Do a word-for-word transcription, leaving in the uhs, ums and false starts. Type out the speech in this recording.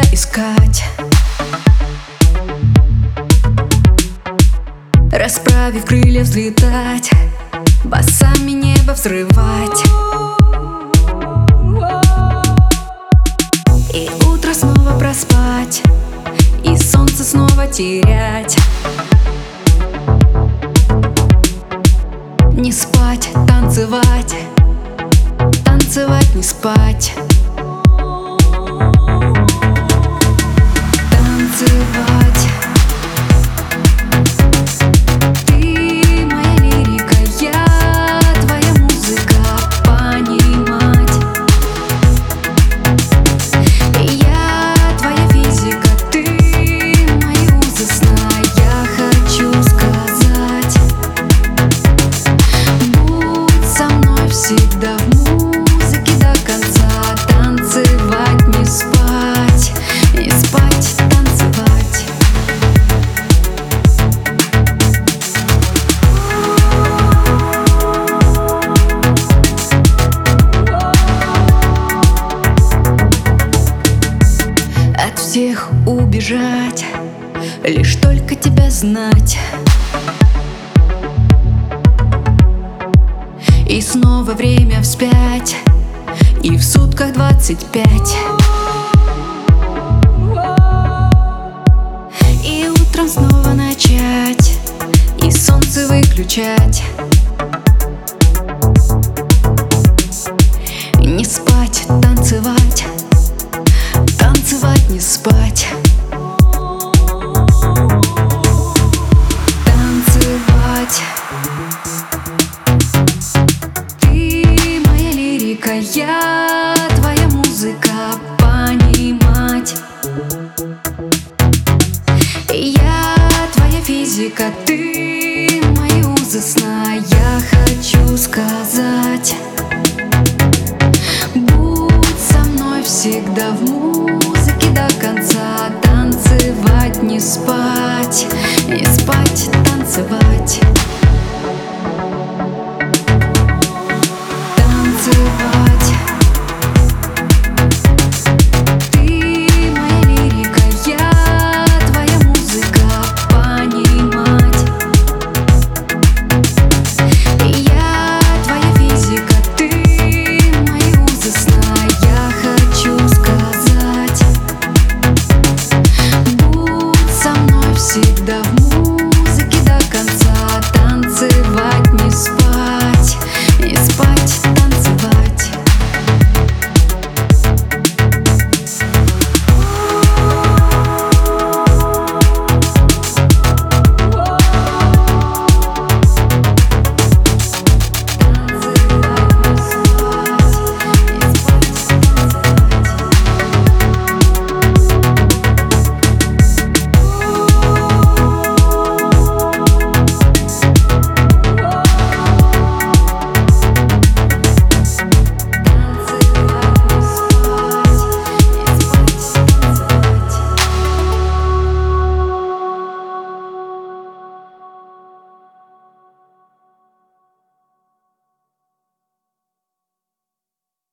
искать, расправив крылья взлетать, басами небо взрывать. И утро снова проспать, и солнце снова терять. Не спать, танцевать, танцевать, не спать. Танцевать. Ты моя лирика, я твоя музыка, понимать. Я твоя физика, ты мои узы сна. Я хочу сказать, будь со мной всегда в музыке до конца. Танцевать, не спать, не спать, танцевать. От всех убежать, лишь только тебя знать. И снова время вспять, и в сутках двадцать пять. И утром снова начать, и солнце выключать. Не спать, танцевать, танцевать, не спать. Танцевать. Ты моя лирика, я твоя музыка, понимать.